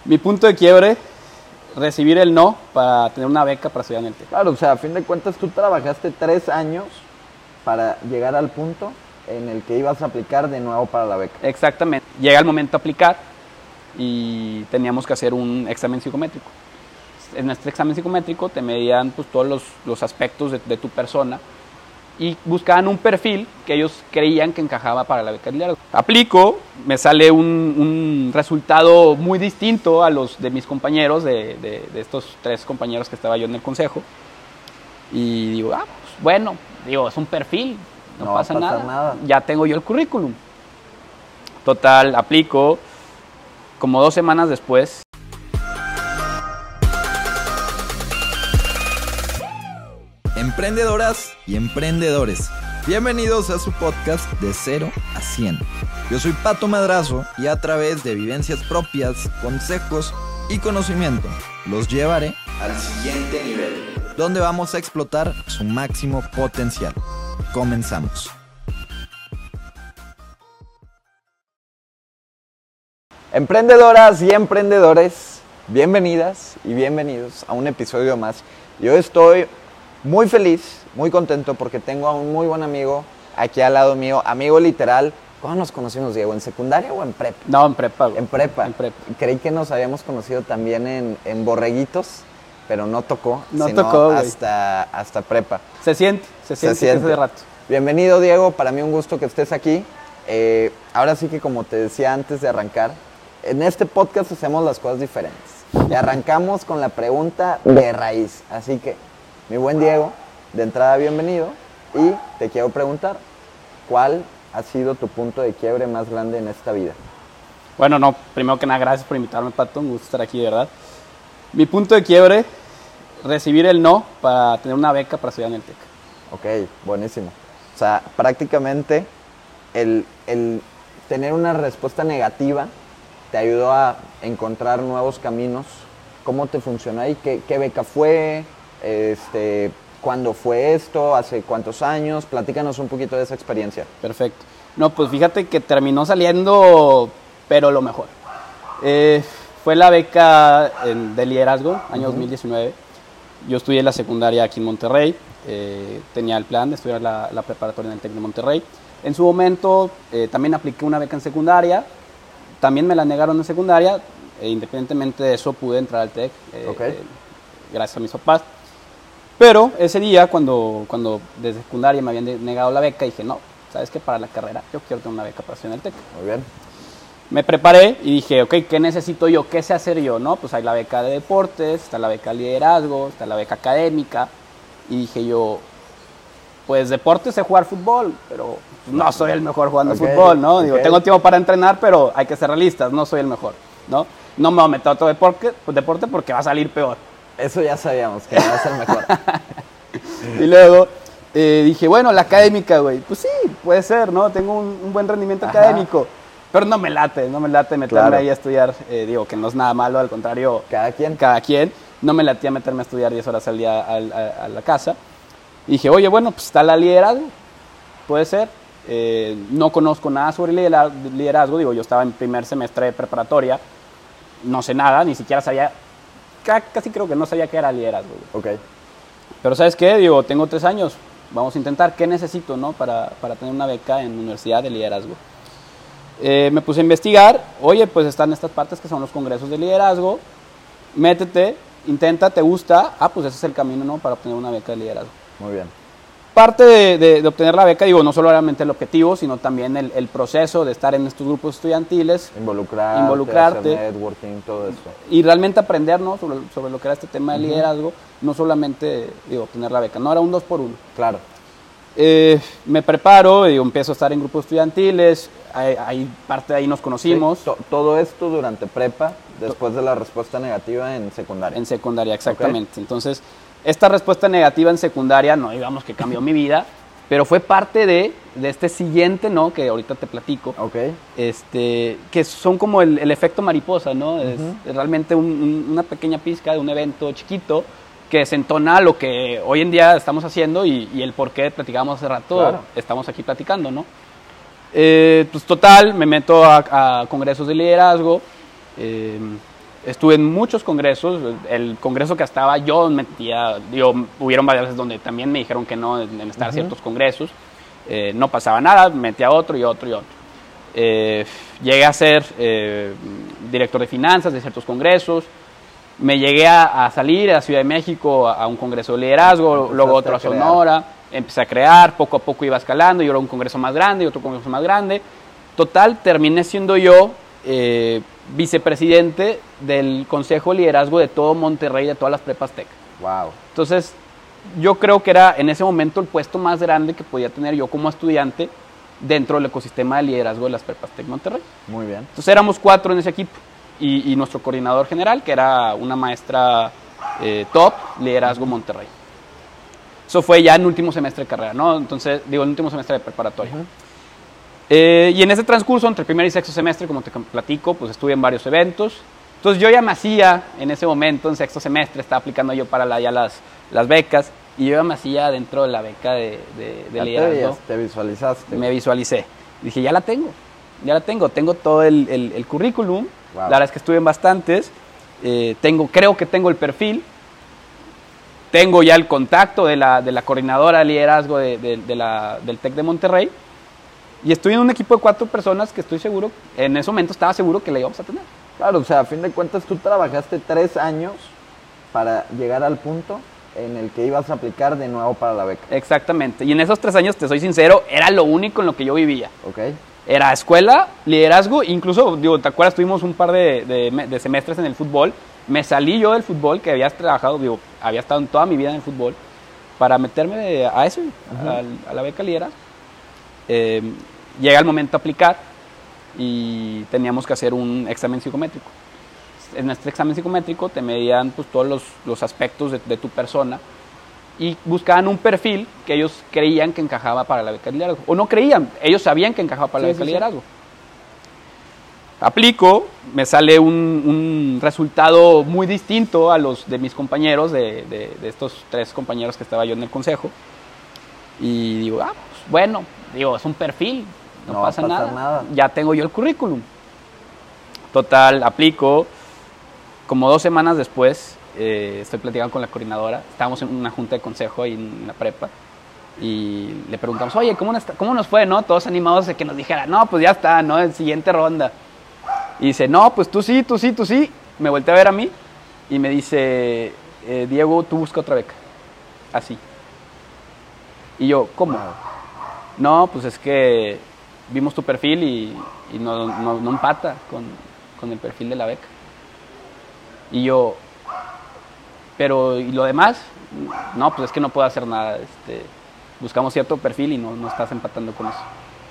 Mi punto de quiebre, recibir el no para tener una beca para estudiar en el TEC. Claro, o sea, a fin de cuentas tú trabajaste 3 años para llegar al punto en el que ibas a aplicar de nuevo para la beca. Exactamente. Llega el momento de aplicar y teníamos que hacer un examen psicométrico. En este examen psicométrico te medían pues, todos los aspectos de tu persona y buscaban un perfil que ellos creían que encajaba para la beca de liderazgo. Aplico, me sale un resultado muy distinto a los de mis compañeros, de estos 3 compañeros que estaba yo en el consejo. Y digo, pues bueno, es un perfil, no pasa nada. Ya tengo yo el currículum. Total, aplico, como 2 semanas después. Emprendedoras y emprendedores, bienvenidos a su podcast de 0 a 100. Yo soy Pato Madrazo y a través de vivencias propias, consejos y conocimiento los llevaré al siguiente nivel, donde vamos a explotar su máximo potencial. Comenzamos. Emprendedoras y emprendedores, bienvenidas y bienvenidos a un episodio más. Yo estoy muy feliz, muy contento porque tengo a un muy buen amigo aquí al lado mío, amigo literal. ¿Cómo nos conocimos, Diego? ¿En secundaria o en prepa? No, en prepa. En prepa. En prepa. Creí que nos habíamos conocido también en Borreguitos, pero no tocó. No tocó, güey. Hasta prepa. Se siente de rato. Bienvenido, Diego. Para mí un gusto que estés aquí. Ahora sí que, como te decía antes de arrancar, en este podcast hacemos las cosas diferentes. Y arrancamos con la pregunta de raíz. Así que, mi buen Diego, de entrada bienvenido. Y te quiero preguntar, ¿cuál ha sido tu punto de quiebre más grande en esta vida? Bueno, no, primero que nada, gracias por invitarme, Pato. Un gusto estar aquí, de verdad. Mi punto de quiebre, recibir el no para tener una beca para estudiar en el TEC. Ok, buenísimo. O sea, prácticamente el tener una respuesta negativa te ayudó a encontrar nuevos caminos. ¿Cómo te funcionó ahí? ¿Qué beca fue? ¿Cuándo fue esto? ¿Hace cuántos años? Platícanos un poquito de esa experiencia. Perfecto. No, pues fíjate que terminó saliendo, pero lo mejor. Fue la beca de liderazgo, año 2019. Yo estudié la secundaria aquí en Monterrey. Tenía el plan de estudiar la preparatoria en el TEC de Monterrey. En su momento también apliqué una beca en secundaria. También me la negaron en secundaria. Independientemente de eso, pude entrar al TEC, gracias a mis papás. Pero ese día, cuando desde secundaria me habían negado la beca, dije, no, ¿sabes qué? Para la carrera yo quiero tener una beca para estudiar en el TEC. Muy bien. Me preparé y dije, ok, ¿qué necesito yo? ¿Qué sé hacer yo? ¿No? Pues hay la beca de deportes, está la beca de liderazgo, está la beca académica. Y dije yo, pues deportes sé jugar fútbol, pero no soy el mejor jugando fútbol, ¿no? Digo, tengo tiempo para entrenar, pero hay que ser realistas, no soy el mejor, ¿no? No me voy a meter a otro deporte porque va a salir peor. Eso ya sabíamos, que va a ser mejor. Y luego dije, bueno, la académica, güey, pues sí, puede ser, ¿no? Tengo un buen rendimiento académico, pero no me late meterme ahí a estudiar. Digo, que no es nada malo, al contrario. Cada quien. No me latía meterme a estudiar 10 horas al día a la casa. Y dije, oye, bueno, pues está la liderazgo, puede ser. No conozco nada sobre liderazgo, digo, yo estaba en primer semestre de preparatoria, no sé nada, ni siquiera sabía, casi creo que no sabía qué era liderazgo. Ok. Pero ¿sabes qué? Digo, tengo 3 años, vamos a intentar, ¿qué necesito, no? Para tener una beca en universidad de liderazgo. Me puse a investigar, oye, pues están estas partes que son los congresos de liderazgo, métete, intenta, te gusta, pues ese es el camino, ¿no? Para obtener una beca de liderazgo. Muy bien. Parte de obtener la beca, digo, no solamente el objetivo, sino también el proceso de estar en estos grupos estudiantiles. Involucrarte. Hacer networking, todo eso. Y realmente aprender, ¿no? sobre lo que era este tema de liderazgo, no solamente, obtener la beca, no era un 2 por 1. Claro. Me preparo, empiezo a estar en grupos estudiantiles, ahí parte de ahí nos conocimos. Sí, todo esto durante prepa, después de la respuesta negativa en secundaria. En secundaria, exactamente. Okay. Entonces, esta respuesta negativa en secundaria, no digamos que cambió mi vida, pero fue parte de este siguiente, ¿no? Que ahorita te platico. Ok. Que son como el efecto mariposa, ¿no? Es realmente una pequeña pizca de un evento chiquito que desentona lo que hoy en día estamos haciendo y el por qué platicábamos hace rato, estamos aquí platicando, ¿no? Pues total, me meto a congresos de liderazgo, Estuve en muchos congresos. El congreso que estaba yo metía, hubieron varias veces donde también me dijeron que no en estar a ciertos congresos. No pasaba nada, metía otro y otro y otro. Llegué a ser director de finanzas de ciertos congresos. Me llegué a salir a Ciudad de México a un congreso de liderazgo, luego otro a Sonora. Empecé a crear, poco a poco iba escalando, y ahora un congreso más grande y otro congreso más grande. Total, terminé siendo yo vicepresidente del Consejo de Liderazgo de todo Monterrey, de todas las prepas TEC. Wow. Entonces, yo creo que era en ese momento el puesto más grande que podía tener yo como estudiante dentro del ecosistema de liderazgo de las prepas TEC Monterrey. Muy bien. Entonces éramos 4 en ese equipo y nuestro coordinador general, que era una maestra top, liderazgo Monterrey. Eso fue ya en el último semestre de carrera, ¿no? Entonces, en el último semestre de preparatoria. Y en ese transcurso, entre primer y sexto semestre, como te platico, pues estuve en varios eventos. Entonces yo ya me hacía, en ese momento, en sexto semestre, estaba aplicando yo para ya las becas, y yo ya me hacía dentro de la beca de liderazgo. Te visualizaste. Me visualicé. Dije, ya la tengo, tengo todo el currículum. Wow. La verdad es que estuve en bastantes. Creo que tengo el perfil. Tengo ya el contacto de la coordinadora de liderazgo del TEC de Monterrey. Y estoy en un equipo de 4 personas que estoy seguro, en ese momento estaba seguro que la íbamos a tener. Claro, o sea, a fin de cuentas tú trabajaste 3 años para llegar al punto en el que ibas a aplicar de nuevo para la beca. Exactamente. Y en esos 3 años, te soy sincero, era lo único en lo que yo vivía. Ok. Era escuela, liderazgo, incluso, ¿te acuerdas? Tuvimos un par de semestres en el fútbol. Me salí yo del fútbol, que había trabajado, había estado en toda mi vida en el fútbol, para meterme a eso, a la beca liderazgo. Llega el momento de aplicar y teníamos que hacer un examen psicométrico. En este examen psicométrico te medían pues, todos los aspectos de tu persona y buscaban un perfil que ellos creían que encajaba para la beca de liderazgo. O no creían, ellos sabían que encajaba para la beca de liderazgo. Aplico, me sale un resultado muy distinto a los de mis compañeros, de estos 3 compañeros que estaba yo en el consejo. Y digo, pues bueno, es un perfil, no pasa nada. Ya tengo yo el currículum. Total, aplico. Como 2 semanas después, estoy platicando con la coordinadora. Estábamos en una junta de consejo ahí en la prepa. Y le preguntamos, oye, ¿cómo nos fue, no? Todos animados de que nos dijera, no, pues ya está, ¿no? En siguiente ronda. Y dice, no, pues tú sí. Me volteé a ver a mí y me dice, Diego, tú busca otra beca. Así. Y yo, ¿cómo? No, pues es que vimos tu perfil y no empata con el perfil de la beca. Y yo, pero ¿y lo demás? No, pues es que no puedo hacer nada. Buscamos cierto perfil y no estás empatando con eso.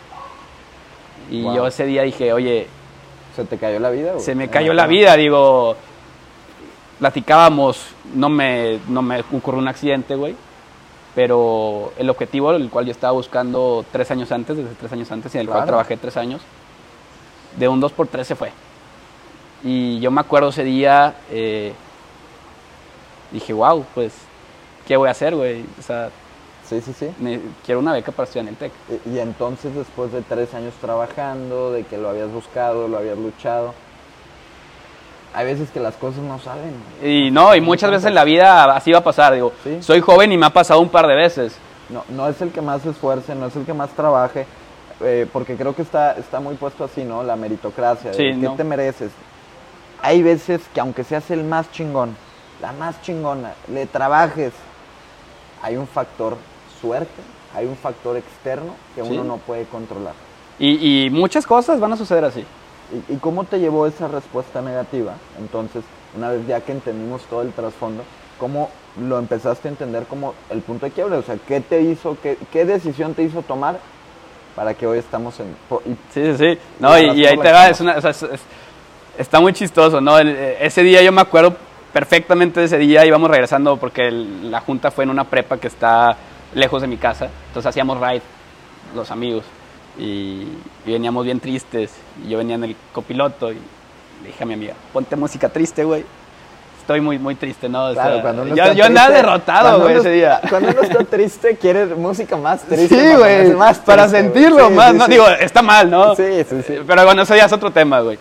Y yo ese día dije, oye... ¿Se te cayó la vida? Güey? Se me cayó la vida, platicábamos, no me ocurrió un accidente, güey. Pero el objetivo, el cual yo estaba buscando desde 3 años antes, y en el cual trabajé 3 años, de un 2x3 se fue. Y yo me acuerdo ese día, dije, wow, pues, ¿qué voy a hacer, güey? O sea, sí. Quiero una beca para estudiar en el TEC. Y entonces, después de 3 años trabajando, de que lo habías buscado, lo habías luchado, hay veces que las cosas no salen. Y muchas veces en la vida así va a pasar. ¿Sí? Soy joven y me ha pasado un par de veces. No es el que más se esfuerce, no es el que más trabaje, porque creo que está muy puesto así, ¿no? La meritocracia. Sí, ¿qué te mereces? Hay veces que aunque seas el más chingón, la más chingona, le trabajes, hay un factor suerte, hay un factor externo que uno no puede controlar. Y muchas cosas van a suceder así. ¿Y cómo te llevó esa respuesta negativa? Entonces, una vez ya que entendimos todo el trasfondo, ¿cómo lo empezaste a entender como el punto de quiebre? O sea, ¿qué te hizo, qué decisión te hizo tomar para que hoy estamos en... Sí. No, y ahí te va, está muy chistoso, ¿no? Ese día yo me acuerdo perfectamente de ese día, íbamos regresando porque la junta fue en una prepa que está lejos de mi casa, entonces hacíamos ride, los amigos. Y veníamos bien tristes, y yo venía en el copiloto y le dije a mi amiga, ponte música triste, güey. Estoy muy, muy triste, ¿no? Claro, cuando uno yo andaba derrotado, güey, ese día. Cuando uno está triste, quiere música más triste. Sí, güey, para sentirlo más, ¿no? Digo, está mal, ¿no? Sí. Pero bueno, eso ya es otro tema, güey.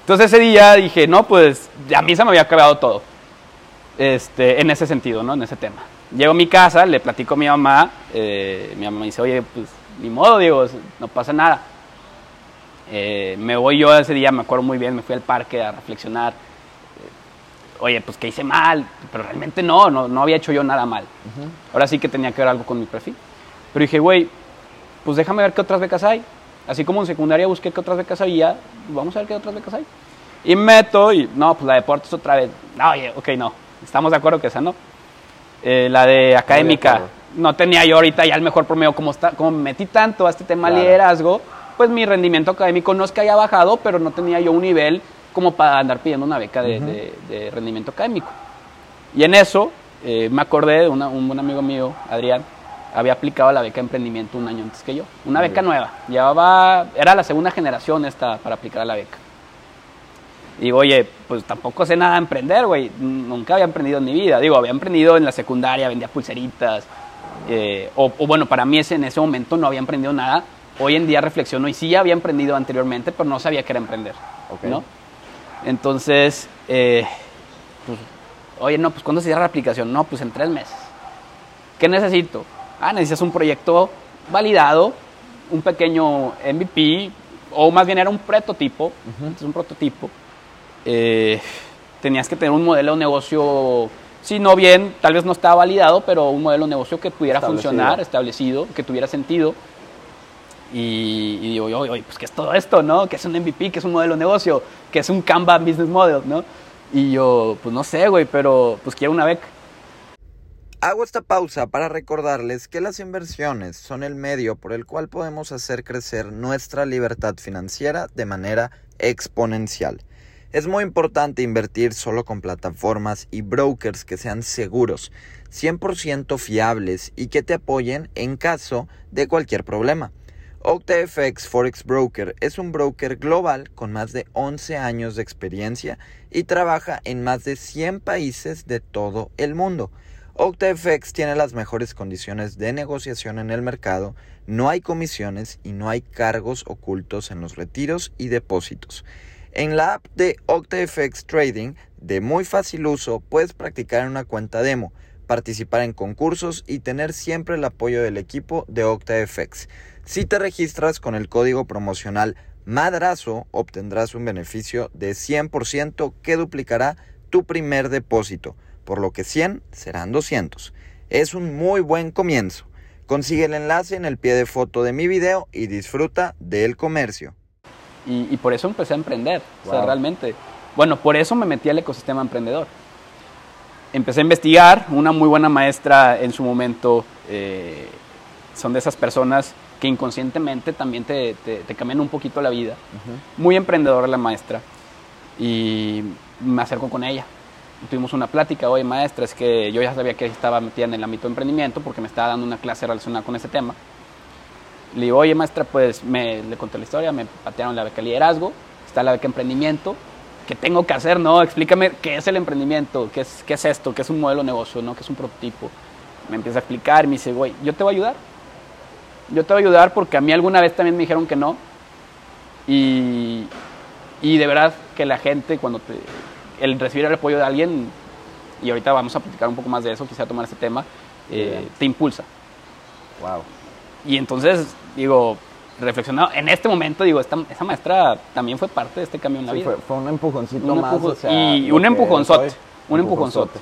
Entonces ese día dije, no, pues a mí se me había acabado todo. En ese sentido, ¿no? En ese tema. Llego a mi casa, le platico a mi mamá me dice, oye, pues ni modo, digo, no pasa nada. Me voy yo ese día, me acuerdo muy bien, me fui al parque a reflexionar. Oye, pues que hice mal, pero realmente no había hecho yo nada mal. Ahora sí que tenía que ver algo con mi perfil. Pero dije, güey, pues déjame ver qué otras becas hay. Así como en secundaria busqué qué otras becas había, vamos a ver qué otras becas hay. Y meto y, no, pues la de deportes otra vez. No, oye, ok, no, estamos de acuerdo que esa no. La de académica, no tenía yo ahorita ya el mejor promedio, como me metí tanto a este tema liderazgo, pues mi rendimiento académico no es que haya bajado, pero no tenía yo un nivel como para andar pidiendo una beca de rendimiento académico. Y en eso me acordé de un buen amigo mío, Adrián, había aplicado la beca de emprendimiento un año antes que yo, una beca nueva, era la segunda generación esta para aplicar a la beca. Digo, oye, pues tampoco sé nada de emprender, güey, nunca había emprendido en mi vida, digo, había emprendido en la secundaria, vendía pulseritas, o bueno, para mí en ese momento no había emprendido nada. Hoy en día reflexiono y sí había emprendido anteriormente, pero no sabía qué era emprender, ¿no? Entonces, pues, oye, no, pues ¿cuándo se cierra la aplicación? No, pues en 3 meses. ¿Qué necesito? Necesitas un proyecto validado, un pequeño MVP, o más bien era un prototipo, un prototipo. Tenías que tener un modelo de negocio, si no bien, tal vez no estaba validado, pero un modelo de negocio que pudiera funcionar, establecido, que tuviera sentido. Y digo, oye, pues ¿qué es todo esto, no? ¿Qué es un MVP? ¿Qué es un modelo de negocio? ¿Qué es un Kanban Business Model, no? Y yo, pues no sé, güey, pero pues quiero una beca. Hago esta pausa para recordarles que las inversiones son el medio por el cual podemos hacer crecer nuestra libertad financiera de manera exponencial. Es muy importante invertir solo con plataformas y brokers que sean seguros, 100% fiables y que te apoyen en caso de cualquier problema. OctaFX Forex Broker es un broker global con más de 11 años de experiencia y trabaja en más de 100 países de todo el mundo. OctaFX tiene las mejores condiciones de negociación en el mercado, no hay comisiones y no hay cargos ocultos en los retiros y depósitos. En la app de OctaFX Trading, de muy fácil uso, puedes practicar en una cuenta demo, participar en concursos y tener siempre el apoyo del equipo de OctaFX. Si te registras con el código promocional MADRAZO, obtendrás un beneficio de 100% que duplicará tu primer depósito, por lo que 100 serán 200. Es un muy buen comienzo. Consigue el enlace en el pie de foto de mi video y disfruta del comercio. Y por eso empecé a emprender, o sea, realmente. Bueno, por eso me metí al ecosistema emprendedor. Empecé a investigar, una muy buena maestra en su momento, son de esas personas que inconscientemente también te cambian un poquito la vida. Muy emprendedora la maestra. Y me acerco con ella. Tuvimos una plática, oye maestra, es que yo ya sabía que estaba metida en el ámbito de emprendimiento porque me estaba dando una clase relacionada con ese tema. Le digo, oye maestra, pues le conté la historia, me patearon la beca liderazgo, está la beca emprendimiento, ¿qué tengo que hacer? No, explícame qué es el emprendimiento, qué es esto, qué es un modelo de negocio, ¿no? Qué es un prototipo. Me empieza a explicar y me dice, güey, yo te voy a ayudar. Yo te voy a ayudar porque a mí alguna vez también me dijeron que no. Y de verdad que la gente, cuando el recibir el apoyo de alguien, y ahorita vamos a platicar un poco más de eso, quisiera tomar este tema, te impulsa. Wow. Y entonces, digo, reflexionado, en este momento, digo, esa maestra también fue parte de este cambio en la vida. Fue un empujoncito más. O sea, y un empujonzote. Un empujonzote.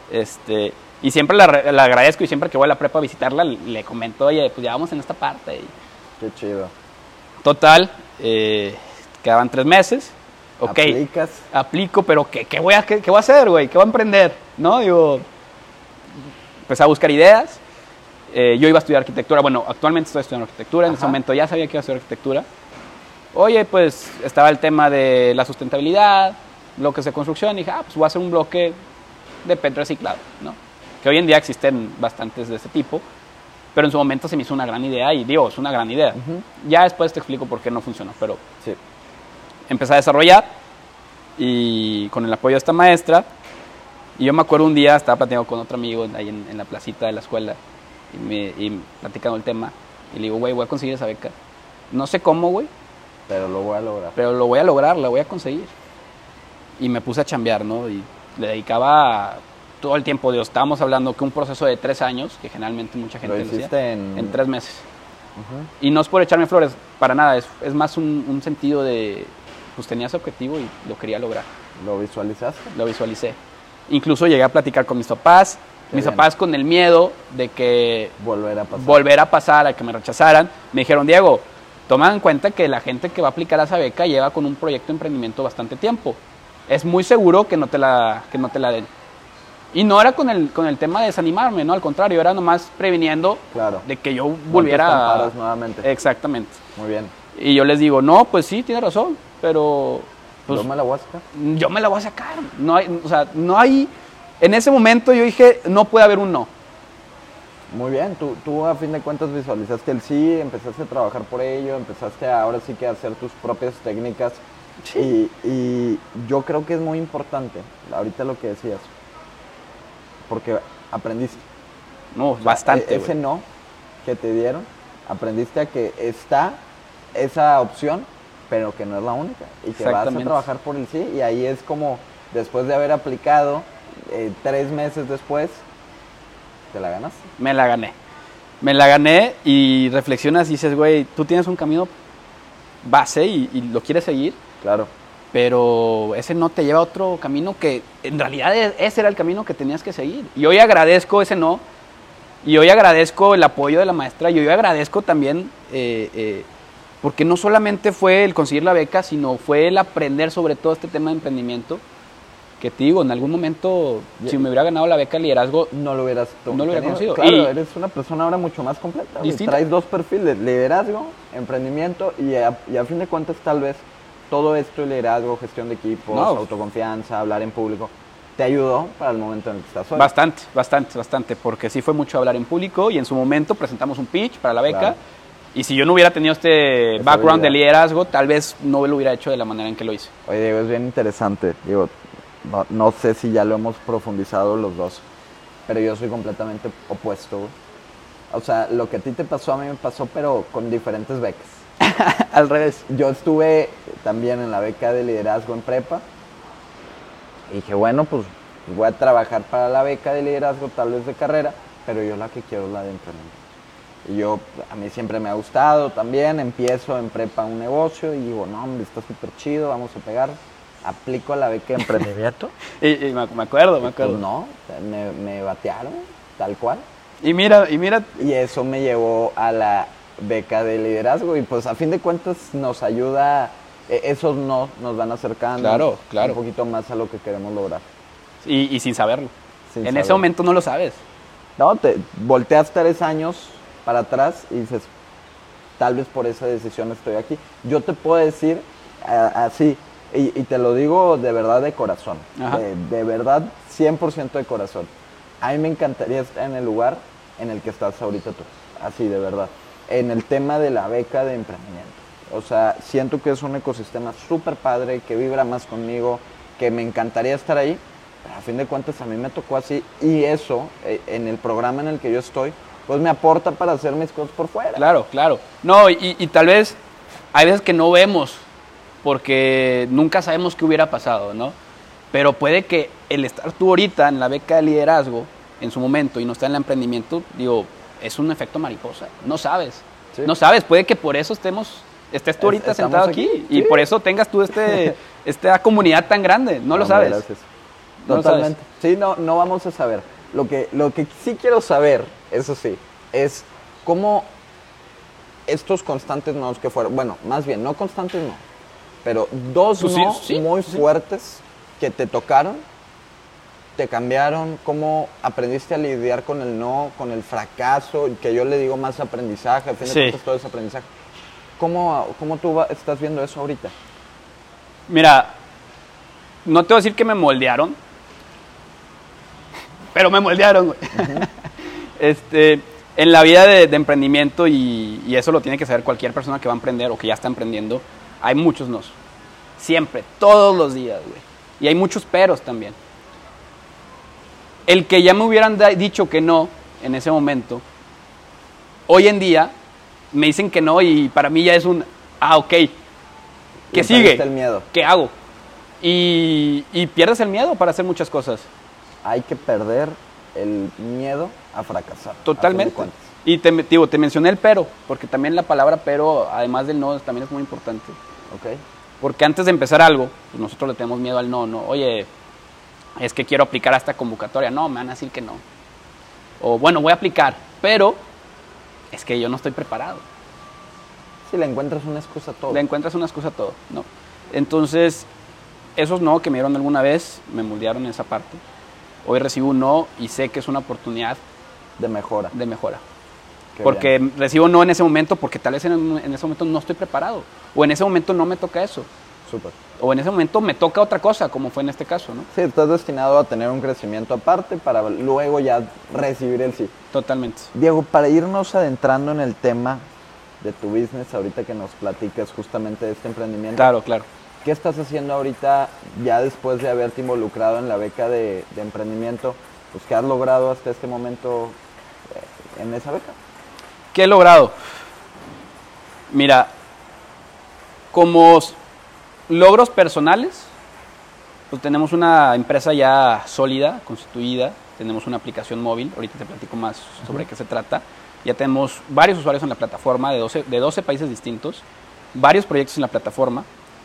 Y siempre la agradezco y siempre que voy a la prepa a visitarla, le comento, oye, pues ya vamos en esta parte. Y qué chido. Total, quedaban 3 meses. Ok, aplico, pero ¿qué voy a hacer, güey? ¿Qué voy a emprender? ¿No? Digo, empecé a buscar ideas. Yo iba a estudiar arquitectura. Bueno, actualmente estoy estudiando arquitectura. En ese momento ya sabía que iba a estudiar arquitectura. Oye, pues estaba el tema de la sustentabilidad, bloques de construcción. Y dije, pues voy a hacer un bloque de PET reciclado, ¿no? Que hoy en día existen bastantes de ese tipo. Pero en su momento se me hizo una gran idea. Y digo, es una gran idea. Ya después te explico por qué no funcionó. Pero sí. Empecé a desarrollar y con el apoyo de esta maestra. Y yo me acuerdo un día, estaba platicando con otro amigo ahí en la placita de la escuela y platicando el tema. Y le digo, güey, voy a conseguir esa beca. No sé cómo, güey. Pero lo voy a lograr. Pero lo voy a lograr, la voy a conseguir. y me puse a chambear, ¿no? Y le dedicaba todo el tiempo. Estábamos hablando que un proceso de 3 años, que generalmente mucha gente Lo lo hiciste hacía, en... en 3 meses. Y no es por echarme flores, para nada, es más un sentido de, pues tenía ese objetivo y lo quería lograr. ¿Lo visualizaste? Lo visualicé. Incluso llegué a platicar con mis papás, con el miedo de que volver a pasar, a que me rechazaran. Me dijeron, Diego, toma en cuenta que la gente que va a aplicar a esa beca lleva con un proyecto de emprendimiento bastante tiempo. Es muy seguro que no te la den. Y no era con el tema de desanimarme, no, al contrario, era nomás previniendo de que yo volviera a... nuevamente. Exactamente. Muy bien. Y yo les digo, no, pues sí, tienes razón, pero... Pues, ¿yo me la voy a sacar? Yo me la voy a sacar. No hay, o sea, no hay... En ese momento yo dije, no puede haber un no. Muy bien, tú a fin de cuentas visualizaste el sí, empezaste a trabajar por ello, empezaste ahora sí que a hacer tus propias técnicas. Sí. Y yo creo que es muy importante, ahorita lo que decías, porque aprendiste. No, bastante. Ese no que te dieron, aprendiste a que está esa opción, pero que no es la única. Y que vas a trabajar por el sí, y ahí es como, después de haber aplicado, 3 meses después, ¿te la ganaste? Me la gané y reflexionas y dices, güey, tú tienes un camino base y lo quieres seguir. Claro. Pero ese no te lleva a otro camino que en realidad ese era el camino que tenías que seguir. Y hoy agradezco ese no, y hoy agradezco el apoyo de la maestra, y hoy agradezco también, porque no solamente fue el conseguir la beca, sino fue el aprender sobre todo este tema de emprendimiento, que te digo, en algún momento, si me hubiera ganado la beca de liderazgo, no lo hubieras conocido. Claro, y eres una persona ahora mucho más completa. Traes 2 perfiles, liderazgo, emprendimiento, y a fin de cuentas tal vez todo esto, liderazgo, gestión de equipos, autoconfianza, hablar en público, ¿te ayudó para el momento en el que estás hoy? Bastante, porque sí fue mucho hablar en público, y en su momento presentamos un pitch para la beca, y si yo no hubiera tenido este background de liderazgo, tal vez no lo hubiera hecho de la manera en que lo hice. Oye, Diego, es bien interesante, digo, no sé si ya lo hemos profundizado los dos, pero yo soy completamente opuesto. O sea, lo que a ti te pasó, a mí me pasó, pero con diferentes becas. Al revés. Yo estuve también en la beca de liderazgo en prepa y dije, bueno, pues voy a trabajar para la beca de liderazgo, tal vez de carrera, pero yo la que quiero es la de emprendimiento. Y a mí siempre me ha gustado también, empiezo en prepa un negocio y digo, no, hombre, está súper chido, vamos a pegar. Aplico a la beca de emprendimiento. y me acuerdo. Pues no, me batearon, tal cual. Y mira. Y eso me llevó a la beca de liderazgo y pues a fin de cuentas nos ayuda, esos no nos van acercando un poquito más a lo que queremos lograr. Y sin saberlo. En ese momento no lo sabes. No, te volteas 3 años para atrás y dices, tal vez por esa decisión estoy aquí. Yo te puedo decir así, y te lo digo de verdad de corazón, de verdad 100% de corazón. A mí me encantaría estar en el lugar en el que estás ahorita tú, así de verdad, en el tema de la beca de emprendimiento. O sea, siento que es un ecosistema súper padre, que vibra más conmigo, que me encantaría estar ahí, pero a fin de cuentas a mí me tocó así, y eso, en el programa en el que yo estoy, pues me aporta para hacer mis cosas por fuera. Claro. No, y tal vez hay veces que no vemos, porque nunca sabemos qué hubiera pasado, ¿no? Pero puede que el estar tú ahorita en la beca de liderazgo, en su momento, y no estar en el emprendimiento, digo, es un efecto mariposa. No sabes. Sí. No sabes, puede que por eso estés tú ahorita sentado aquí. Y por eso tengas tú esta comunidad tan grande. No lo sabes. Gracias. Totalmente. Sí, no vamos a saber. Lo que sí quiero saber, eso sí, es cómo estos constantes no que fueron, bueno, más bien, no constantes no, pero 2 muy fuertes que te tocaron, te cambiaron, cómo aprendiste a lidiar con el no, con el fracaso, que yo le digo más aprendizaje, al fin de cuentas todo es aprendizaje. ¿Cómo tú estás viendo eso ahorita? Mira, no te voy a decir que me moldearon, pero me moldearon, güey. Uh-huh. En la vida de emprendimiento, y eso lo tiene que saber cualquier persona que va a emprender o que ya está emprendiendo, hay muchos nos. Siempre, todos los días, güey. Y hay muchos peros también. El que ya me hubieran dicho que no en ese momento, hoy en día me dicen que no y para mí ya es un, ok, ¿qué sigue? El miedo. ¿Qué hago? y pierdes el miedo para hacer muchas cosas. Hay que perder el miedo a fracasar. Totalmente. Y te mencioné el pero, porque también la palabra pero, además del no, también es muy importante. Ok. Porque antes de empezar algo, pues nosotros le tenemos miedo al no, ¿no? Oye, es que quiero aplicar a esta convocatoria. No, me van a decir que no. O bueno, voy a aplicar, pero es que yo no estoy preparado. Si le encuentras una excusa a todo. Le encuentras una excusa a todo, ¿no? Entonces, esos no que me dieron alguna vez, me moldearon en esa parte. Hoy recibo un no y sé que es una oportunidad de mejora. Qué porque bien. recibo no en ese momento porque tal vez en ese momento no estoy preparado. O en ese momento no me toca eso. Súper. O en ese momento me toca otra cosa, como fue en este caso, ¿no? Sí, estás destinado a tener un crecimiento aparte para luego ya recibir el sí. Totalmente. Diego, para irnos adentrando en el tema de tu business, ahorita que nos platicas justamente de este emprendimiento. Claro, claro. ¿Qué estás haciendo ahorita ya después de haberte involucrado en la beca de emprendimiento? Pues, ¿qué has logrado hasta este momento en esa beca? ¿Qué he logrado? Mira, como logros personales, pues tenemos una empresa ya sólida, constituida, tenemos una aplicación móvil, ahorita te platico más sobre qué se trata. Ya tenemos varios usuarios en la plataforma de 12 países distintos, varios proyectos en la plataforma.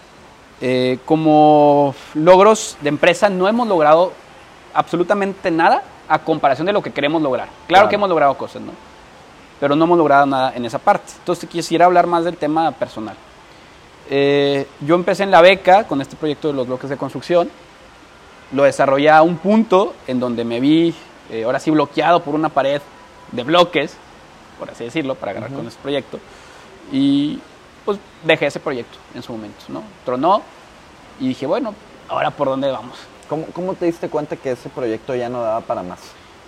Como logros de empresa no hemos logrado absolutamente nada a comparación de lo que queremos lograr. Claro que hemos logrado cosas, ¿no? Pero no hemos logrado nada en esa parte. Entonces quisiera hablar más del tema personal. Yo empecé en la beca con este proyecto de los bloques de construcción. Lo desarrollé a un punto en donde me vi, ahora sí, bloqueado por una pared de bloques, por así decirlo, para agarrar con este proyecto. Y pues dejé ese proyecto en su momento, ¿no? Tronó y dije, bueno, ¿ahora por dónde vamos? ¿Cómo te diste cuenta que ese proyecto ya no daba para más?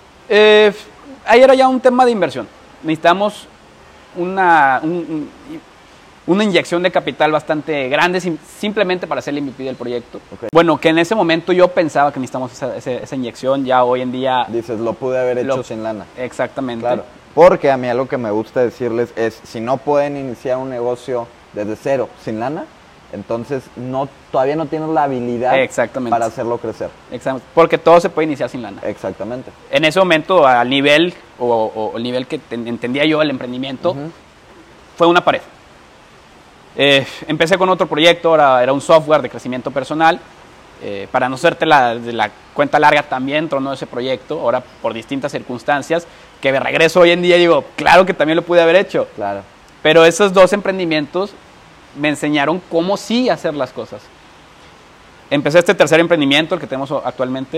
Ahí era ya un tema de inversión. Necesitamos una inyección de capital bastante grande simplemente para hacer el MVP del proyecto. Okay. Bueno, que en ese momento yo pensaba que necesitamos esa inyección, ya hoy en día... Dices, lo pude haber hecho sin lana. Exactamente. Claro, porque a mí algo que me gusta decirles es, si no pueden iniciar un negocio desde cero, sin lana, entonces todavía no tienes la habilidad para hacerlo crecer. Exactamente, porque todo se puede iniciar sin lana. Exactamente. En ese momento, al nivel, o el nivel que entendía yo el emprendimiento, fue una pared. Empecé con otro proyecto, ahora era un software de crecimiento personal. Para no hacerte la cuenta larga, también tronó ese proyecto, ahora por distintas circunstancias, que de regreso hoy en día digo, claro que también lo pude haber hecho. Claro. Pero esos dos emprendimientos me enseñaron cómo sí hacer las cosas. Empecé este tercer emprendimiento, el que tenemos actualmente.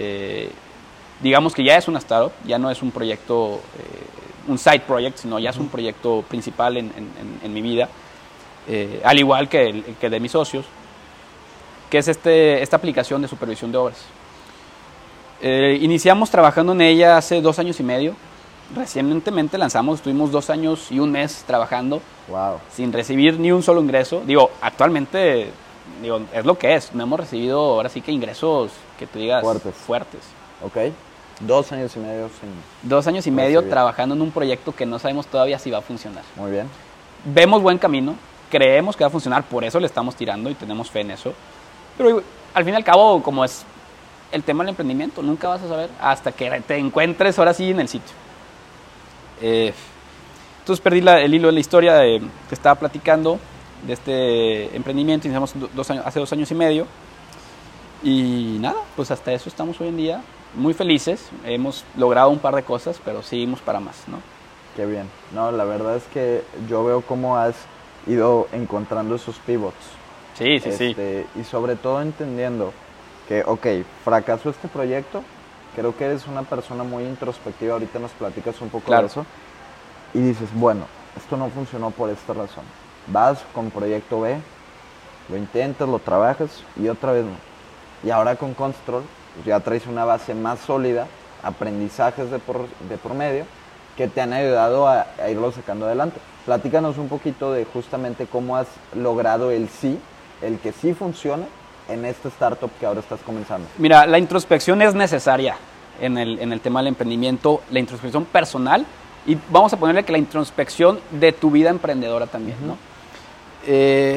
Digamos que ya es una startup, ya no es un proyecto, un side project, sino ya es un proyecto principal en mi vida. Al igual que el que de mis socios, que es esta aplicación de supervisión de obras. Iniciamos trabajando en ella hace 2 años y medio. Recientemente lanzamos, estuvimos 2 años y un mes trabajando, sin recibir ni un solo ingreso. Actualmente es lo que es. No hemos recibido ahora sí que ingresos que tú digas fuertes. Ok. 2 años y medio sin... 2 años y medio trabajando en un proyecto que no sabemos todavía si va a funcionar. Muy bien. Vemos buen camino, creemos que va a funcionar, por eso le estamos tirando y tenemos fe en eso. Pero al fin y al cabo, como es el tema del emprendimiento, nunca vas a saber hasta que te encuentres ahora sí en el sitio. Entonces perdí el hilo de la historia que estaba platicando de este emprendimiento. Iniciamos hace 2 años y medio. Y nada, pues hasta eso estamos hoy en día muy felices. Hemos logrado un par de cosas, pero seguimos para más, ¿no? Qué bien. No, la verdad es que yo veo cómo has ido encontrando esos pivots. Sí, sí, sí. Y sobre todo entendiendo que, ok, fracasó este proyecto, creo que eres una persona muy introspectiva, ahorita nos platicas un poco de eso, y dices, bueno, esto no funcionó por esta razón. Vas con proyecto B, lo intentas, lo trabajas, y otra vez no. Y ahora con Constrol, pues ya traes una base más sólida, aprendizajes de por medio, que te han ayudado a irlo sacando adelante. Platícanos un poquito de justamente cómo has logrado el que sí funcione en esta startup que ahora estás comenzando. Mira, la introspección es necesaria en el tema del emprendimiento, la introspección personal, y vamos a ponerle que la introspección de tu vida emprendedora también, ¿no?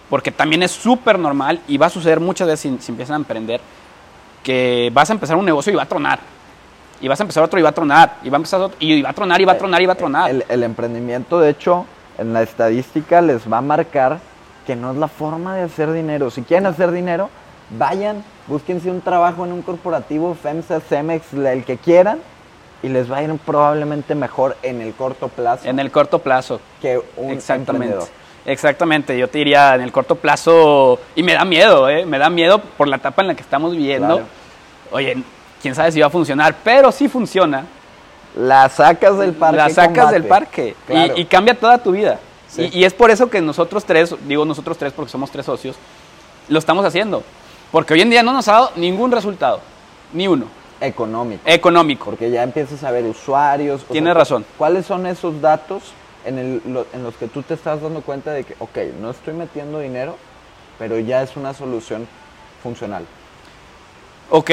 porque también es súper normal y va a suceder muchas veces si empiezan a emprender, que vas a empezar un negocio y va a tronar. Y vas a empezar otro y va a tronar. Y va a empezar otro y va a tronar y va a tronar y va a tronar. El emprendimiento, de hecho, en la estadística les va a marcar que no es la forma de hacer dinero. Si quieren hacer dinero, vayan, búsquense un trabajo en un corporativo, FEMSA, CEMEX, el que quieran, y les va a ir probablemente mejor en el corto plazo. En el corto plazo. Que un emprendedor. Exactamente, yo te diría en el corto plazo, y me da miedo, me da miedo por la etapa en la que estamos viviendo. Claro. Oye, quién sabe si va a funcionar, pero sí funciona. La sacas del parque. La sacas del parque, claro. y cambia toda tu vida. Sí. Y es por eso que nosotros tres, digo nosotros tres porque somos 3 socios, lo estamos haciendo. Porque hoy en día no nos ha dado ningún resultado, ni uno. Económico. Porque ya empiezas a ver usuarios. Tienes razón. ¿Cuáles son esos datos en los que tú te estás dando cuenta de que, ok, no estoy metiendo dinero, pero ya es una solución funcional? Ok,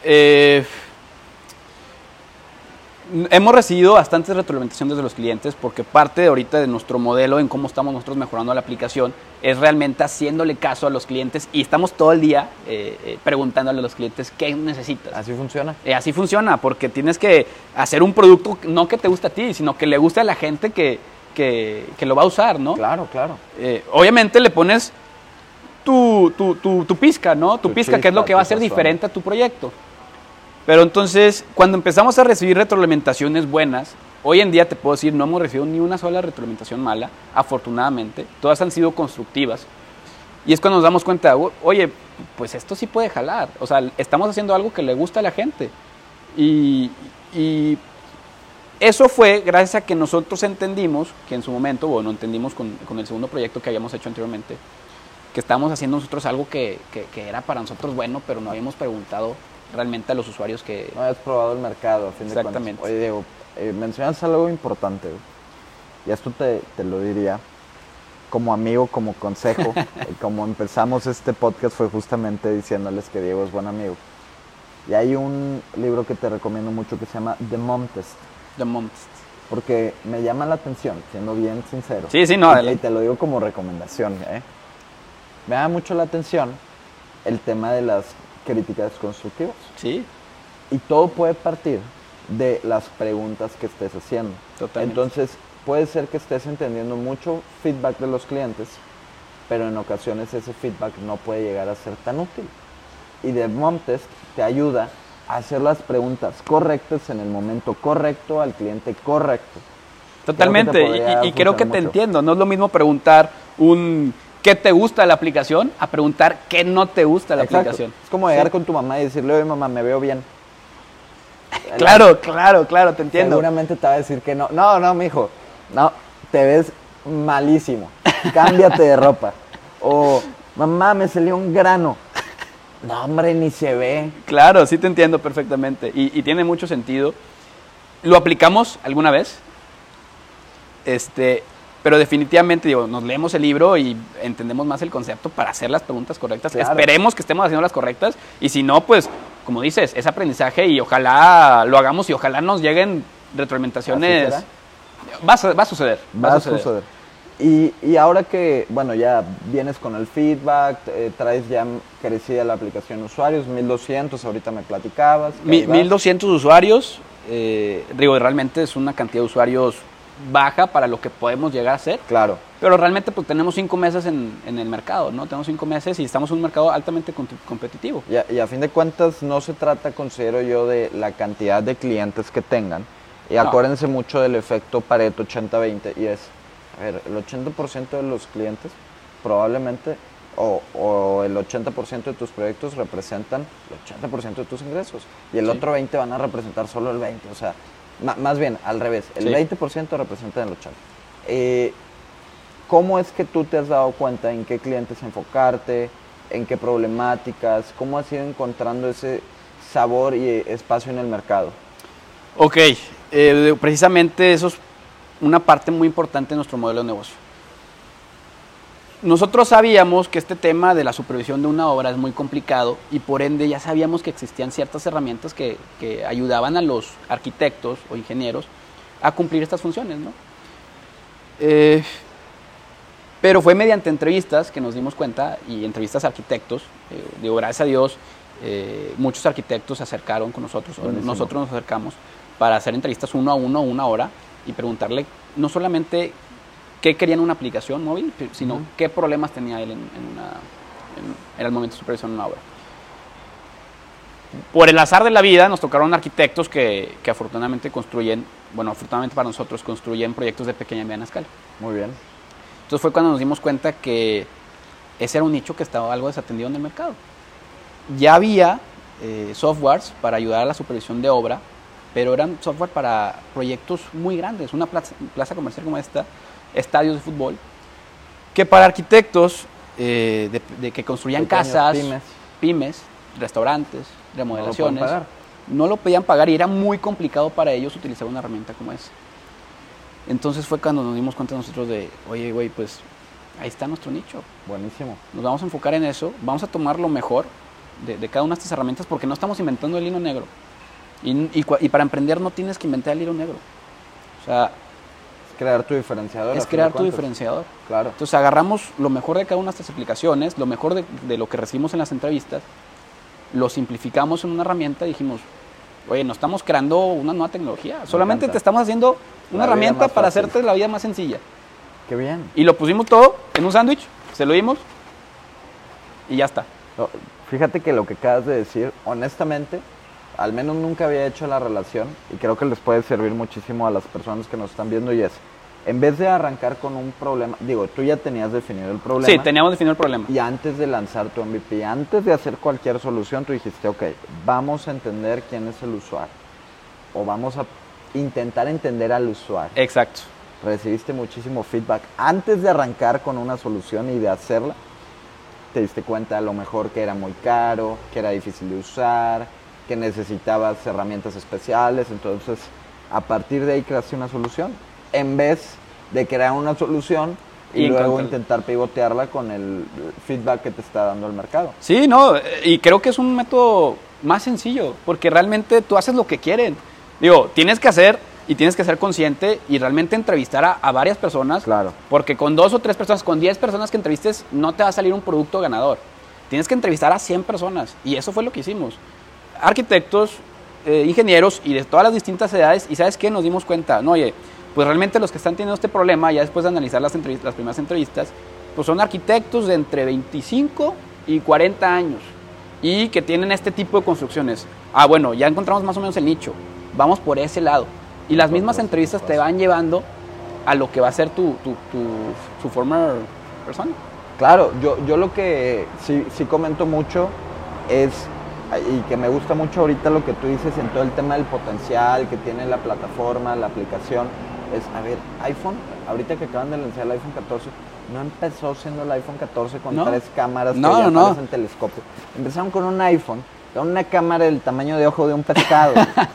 hemos recibido bastantes retroalimentaciones de los clientes porque parte de ahorita de nuestro modelo en cómo estamos nosotros mejorando la aplicación es realmente haciéndole caso a los clientes y estamos todo el día preguntándole a los clientes qué necesitas. ¿Así funciona? Así funciona, porque tienes que hacer un producto no que te guste a ti, sino que le guste a la gente que lo va a usar, ¿no? Claro, claro. Obviamente le pones tu pizca, ¿no? Tu pizca, que es lo que va a ser diferente a tu proyecto. Pero entonces, cuando empezamos a recibir retroalimentaciones buenas, hoy en día te puedo decir, no hemos recibido ni una sola retroalimentación mala, afortunadamente. Todas han sido constructivas. Y es cuando nos damos cuenta, oye, pues esto sí puede jalar. O sea, estamos haciendo algo que le gusta a la gente. Y eso fue gracias a que nosotros entendimos, que en su momento, bueno, entendimos con el segundo proyecto que habíamos hecho anteriormente, que estábamos haciendo nosotros algo que era para nosotros bueno, pero no habíamos preguntado realmente a los usuarios que... No habías probado el mercado, a fin de cuentas. Exactamente. Oye, Diego, mencionas algo importante, y esto te lo diría como amigo, como consejo. Como empezamos este podcast fue justamente diciéndoles que Diego es buen amigo. Y hay un libro que te recomiendo mucho que se llama The Mom Test. The Mom Test. Porque me llama la atención, siendo bien sincero. Sí, no, y te lo digo como recomendación, Me da mucho la atención el tema de las críticas constructivas. Sí. Y todo puede partir de las preguntas que estés haciendo. Totalmente. Entonces, puede ser que estés entendiendo mucho feedback de los clientes, pero en ocasiones ese feedback no puede llegar a ser tan útil. Y The Mom Test te ayuda a hacer las preguntas correctas en el momento correcto al cliente correcto. Totalmente. Y creo que te entiendo. No es lo mismo preguntar ¿qué te gusta de la aplicación? A preguntar ¿qué no te gusta de la aplicación? Es como llegar con tu mamá y decirle, oye mamá, me veo bien. Claro, te entiendo. Seguramente te va a decir que no. No, mijo. No, te ves malísimo. Cámbiate de ropa. O, mamá, me salió un grano. No, hombre, ni se ve. Claro, sí te entiendo perfectamente. Y tiene mucho sentido. ¿Lo aplicamos alguna vez? Pero definitivamente, digo, nos leemos el libro y entendemos más el concepto para hacer las preguntas correctas. Claro. Esperemos que estemos haciendo las correctas y si no, pues, como dices, es aprendizaje y ojalá lo hagamos y ojalá nos lleguen retroalimentaciones. Va a suceder. Y ahora que, bueno, ya vienes con el feedback, traes ya crecida la aplicación de usuarios, 1200, ahorita me platicabas. 1200 usuarios, digo, realmente es una cantidad de usuarios baja para lo que podemos llegar a hacer. Claro. Pero realmente pues tenemos 5 meses en el mercado, ¿no? Tenemos 5 meses y estamos en un mercado altamente competitivo. Y a fin de cuentas no se trata, considero yo, de la cantidad de clientes que tengan. Y acuérdense mucho del efecto Pareto 80-20 y es, a ver, el 80% de los clientes probablemente o el 80% de tus proyectos representan el 80% de tus ingresos y el otro 20% van a representar solo el 20%, o sea, más bien, al revés, el 20% representa el 80%. ¿Cómo es que tú te has dado cuenta en qué clientes enfocarte, en qué problemáticas, cómo has ido encontrando ese sabor y espacio en el mercado? Ok, precisamente eso es una parte muy importante de nuestro modelo de negocio. Nosotros sabíamos que este tema de la supervisión de una obra es muy complicado y por ende ya sabíamos que existían ciertas herramientas que ayudaban a los arquitectos o ingenieros a cumplir estas funciones, ¿no? Pero fue mediante entrevistas que nos dimos cuenta, y entrevistas a arquitectos, digo, gracias a Dios, muchos arquitectos se acercaron con nosotros, nosotros nos acercamos para hacer entrevistas 1 a 1, 1 hora, y preguntarle no solamente qué querían una aplicación móvil, sino qué problemas tenía él en el momento de supervisión de una obra. Por el azar de la vida nos tocaron arquitectos que afortunadamente construyen, bueno, afortunadamente para nosotros, construyen proyectos de pequeña y mediana escala. Muy bien. Entonces fue cuando nos dimos cuenta que ese era un nicho que estaba algo desatendido en el mercado. Ya había softwares para ayudar a la supervisión de obra, pero eran software para proyectos muy grandes, una plaza comercial como esta, estadios de fútbol, que para arquitectos de que construían Pequeños casas, pymes, restaurantes, remodelaciones, no lo podían pagar y era muy complicado para ellos utilizar una herramienta como esa. Entonces fue cuando nos dimos cuenta nosotros de, oye, güey, pues ahí está nuestro nicho. Buenísimo. Nos vamos a enfocar en eso, vamos a tomar lo mejor de cada una de estas herramientas porque no estamos inventando el hilo negro. Y para emprender no tienes que inventar el hilo negro. O sea, es crear tu diferenciador. Es crear tu diferenciador. Claro. Entonces agarramos lo mejor de cada una de estas aplicaciones, lo mejor de lo que recibimos en las entrevistas, lo simplificamos en una herramienta y dijimos, oye, no estamos creando una nueva tecnología, solamente te estamos haciendo una herramienta para hacerte la vida más sencilla. Qué bien. Y lo pusimos todo en un sándwich, se lo dimos y ya está. No, fíjate que lo que acabas de decir, honestamente, al menos nunca había hecho la relación y creo que les puede servir muchísimo a las personas que nos están viendo y es, en vez de arrancar con un problema, digo, tú ya tenías definido el problema. Sí, teníamos definido el problema. Y antes de lanzar tu MVP, antes de hacer cualquier solución, tú dijiste, ok, vamos a entender quién es el usuario o vamos a intentar entender al usuario. Exacto. Recibiste muchísimo feedback. Antes de arrancar con una solución y de hacerla, te diste cuenta a lo mejor que era muy caro, que era difícil de usar, que necesitabas herramientas especiales. Entonces, a partir de ahí creaste una solución. En vez de crear una solución y luego intentar pivotearla con el feedback que te está dando el mercado. Sí, no, y creo que es un método más sencillo, porque realmente tú haces lo que quieren. Digo, tienes que hacer y tienes que ser consciente y realmente entrevistar a varias personas. Claro. Porque con 2 o 3 personas, con 10 personas que entrevistes, no te va a salir un producto ganador. Tienes que entrevistar a 100 personas y eso fue lo que hicimos. Arquitectos, ingenieros y de todas las distintas edades, y ¿sabes qué? Nos dimos cuenta, no, oye, pues realmente los que están teniendo este problema, ya después de analizar las primeras entrevistas, pues son arquitectos de entre 25 y 40 años y que tienen este tipo de construcciones. Ah, bueno, ya encontramos más o menos el nicho, vamos por ese lado. Y las mismas entrevistas te van llevando a lo que va a ser tu former persona. Claro, yo lo que sí comento mucho es, y que me gusta mucho ahorita lo que tú dices en todo el tema del potencial que tiene la plataforma, la aplicación, es, a ver, iPhone, ahorita que acaban de lanzar el iPhone 14, no empezó siendo el iPhone 14 con 3 cámaras que ya parecen telescopio. Empezaron con un iPhone, con una cámara del tamaño de ojo de un pescado.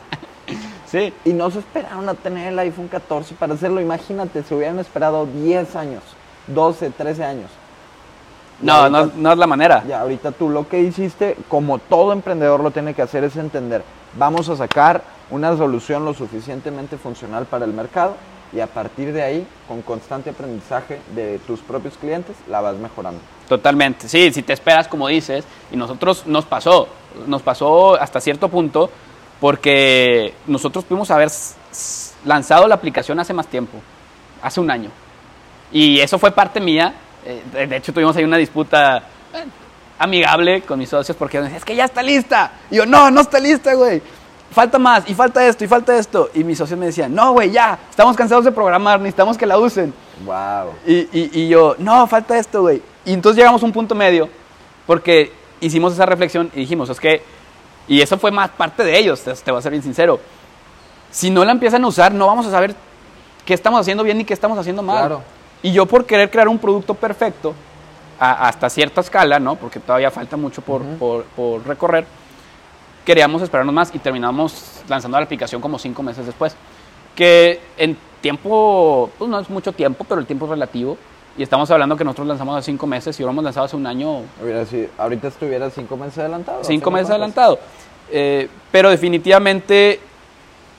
Sí. Y no se esperaron a tener el iPhone 14 para hacerlo. Imagínate, se hubieran esperado 10 años, 12, 13 años. No es la manera. Ya, ahorita tú lo que hiciste, como todo emprendedor lo tiene que hacer, es entender, vamos a sacar una solución lo suficientemente funcional para el mercado y a partir de ahí, con constante aprendizaje de tus propios clientes, la vas mejorando. Totalmente, sí, si te esperas, como dices, y nosotros nos pasó hasta cierto punto, porque nosotros pudimos haber lanzado la aplicación hace más tiempo, hace un año, y eso fue parte mía. De hecho tuvimos ahí una disputa amigable con mis socios porque decían, es que ya está lista, y yo, no está lista, güey, falta más, y falta esto, y mis socios me decían, no, güey, ya, estamos cansados de programar, necesitamos que la usen. Wow. Y yo, no, falta esto, güey. Y entonces llegamos a un punto medio, porque hicimos esa reflexión y dijimos, es que, y eso fue más parte de ellos, te voy a ser bien sincero, si no la empiezan a usar, no vamos a saber qué estamos haciendo bien ni qué estamos haciendo mal. Claro. Y yo por querer crear un producto perfecto, hasta cierta escala, ¿no? Porque todavía falta mucho por recorrer, queríamos esperarnos más y terminamos lanzando la aplicación como 5 meses después. Que en tiempo, pues no es mucho tiempo, pero el tiempo es relativo. Y estamos hablando que nosotros lanzamos hace 5 meses y hubiéramos lanzado hace un año. Ahorita estuviera 5 meses adelantado. 5 meses adelantado. Pero definitivamente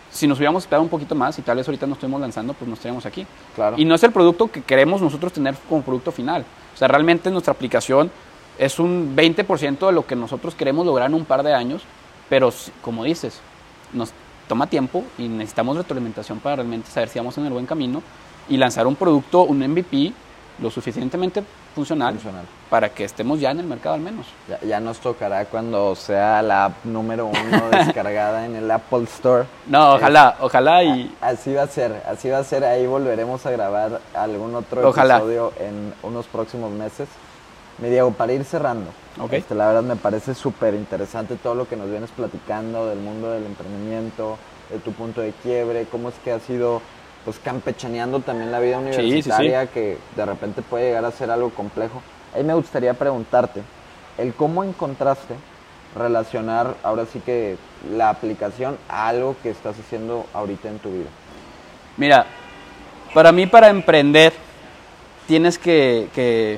si nos hubiéramos esperado un poquito más y tal vez ahorita nos estuvimos lanzando, pues no estaríamos aquí. Claro. Y no es el producto que queremos nosotros tener como producto final. O sea, realmente nuestra aplicación es un 20% de lo que nosotros queremos lograr en un par de años, pero como dices, nos toma tiempo y necesitamos retroalimentación para realmente saber si vamos en el buen camino y lanzar un producto, un MVP, lo suficientemente funcional para que estemos ya en el mercado al menos. Ya nos tocará cuando sea la app número 1 descargada en el Apple Store. No, ojalá y... Así va a ser, ahí volveremos a grabar algún otro episodio en unos próximos meses. Mi Diego, para ir cerrando, okay. La verdad me parece súper interesante todo lo que nos vienes platicando del mundo del emprendimiento, de tu punto de quiebre, cómo es que has ido pues campechaneando también la vida universitaria, sí. Que de repente puede llegar a ser algo complejo. Ahí me gustaría preguntarte, el cómo encontraste relacionar ahora sí que la aplicación a algo que estás haciendo ahorita en tu vida. Mira, para mí para emprender tienes que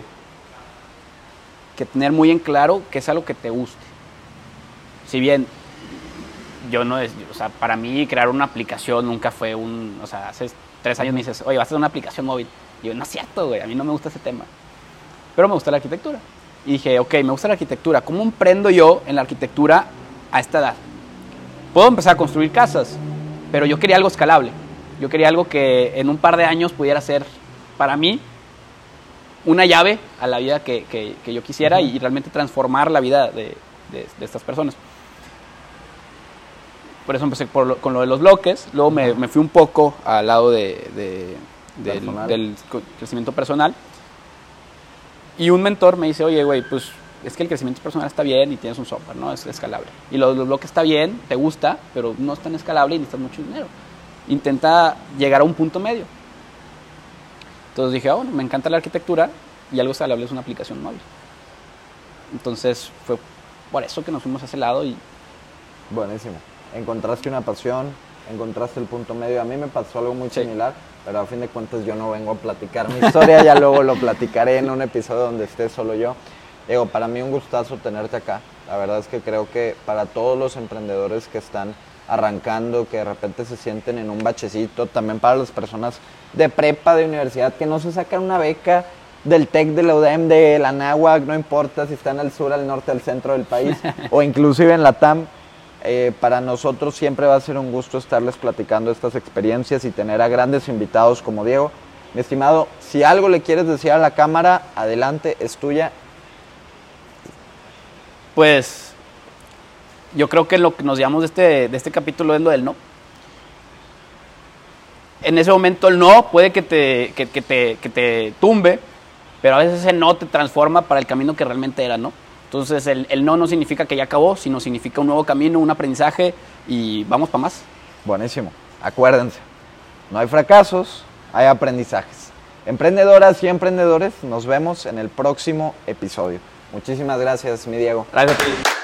tener muy en claro que es algo que te guste. Si bien yo no es, o sea, para mí crear una aplicación nunca fue o sea, hace 3 años me dices, oye, vas a hacer una aplicación móvil. Y yo, no es cierto, güey, a mí no me gusta ese tema. Pero me gusta la arquitectura. Y dije, ok, me gusta la arquitectura. ¿Cómo emprendo yo en la arquitectura a esta edad? Puedo empezar a construir casas, pero yo quería algo escalable. Yo quería algo que en un par de años pudiera ser, para mí, una llave a la vida que yo quisiera y realmente transformar la vida de estas personas. Por eso empecé con lo de los bloques, luego me fui un poco al lado del crecimiento personal. Y un mentor me dice, oye, güey, pues es que el crecimiento personal está bien y tienes un software, ¿no? Es escalable. Y los bloques está bien, te gusta, pero no es tan escalable y necesitas mucho dinero. Intenta llegar a un punto medio. Entonces dije, bueno, me encanta la arquitectura y algo escalable es una aplicación móvil. Entonces fue por eso que nos fuimos a ese lado y... Buenísimo. Encontraste una pasión, encontraste el punto medio. A mí me pasó algo muy similar, pero a fin de cuentas yo no vengo a platicar mi historia, ya luego lo platicaré en un episodio donde esté solo yo. Diego, para mí un gustazo tenerte acá. La verdad es que creo que para todos los emprendedores que están arrancando, que de repente se sienten en un bachecito, también para las personas de prepa, de universidad, que no se sacan una beca del TEC, de la UDEM, de la Anáhuac, no importa si están al sur, al norte, al centro del país, o inclusive en la TAM. Para nosotros siempre va a ser un gusto estarles platicando estas experiencias y tener a grandes invitados como Diego. Mi estimado, si algo le quieres decir a la cámara, adelante, es tuya. Pues yo creo que lo que nos llevamos de este capítulo es lo del no. En ese momento el no puede que te tumbe, pero a veces ese no te transforma para el camino que realmente era, ¿no? Entonces el no significa que ya acabó, sino significa un nuevo camino, un aprendizaje y vamos para más. Buenísimo. Acuérdense, no hay fracasos, hay aprendizajes. Emprendedoras y emprendedores, nos vemos en el próximo episodio. Muchísimas gracias, mi Diego. Gracias a ti.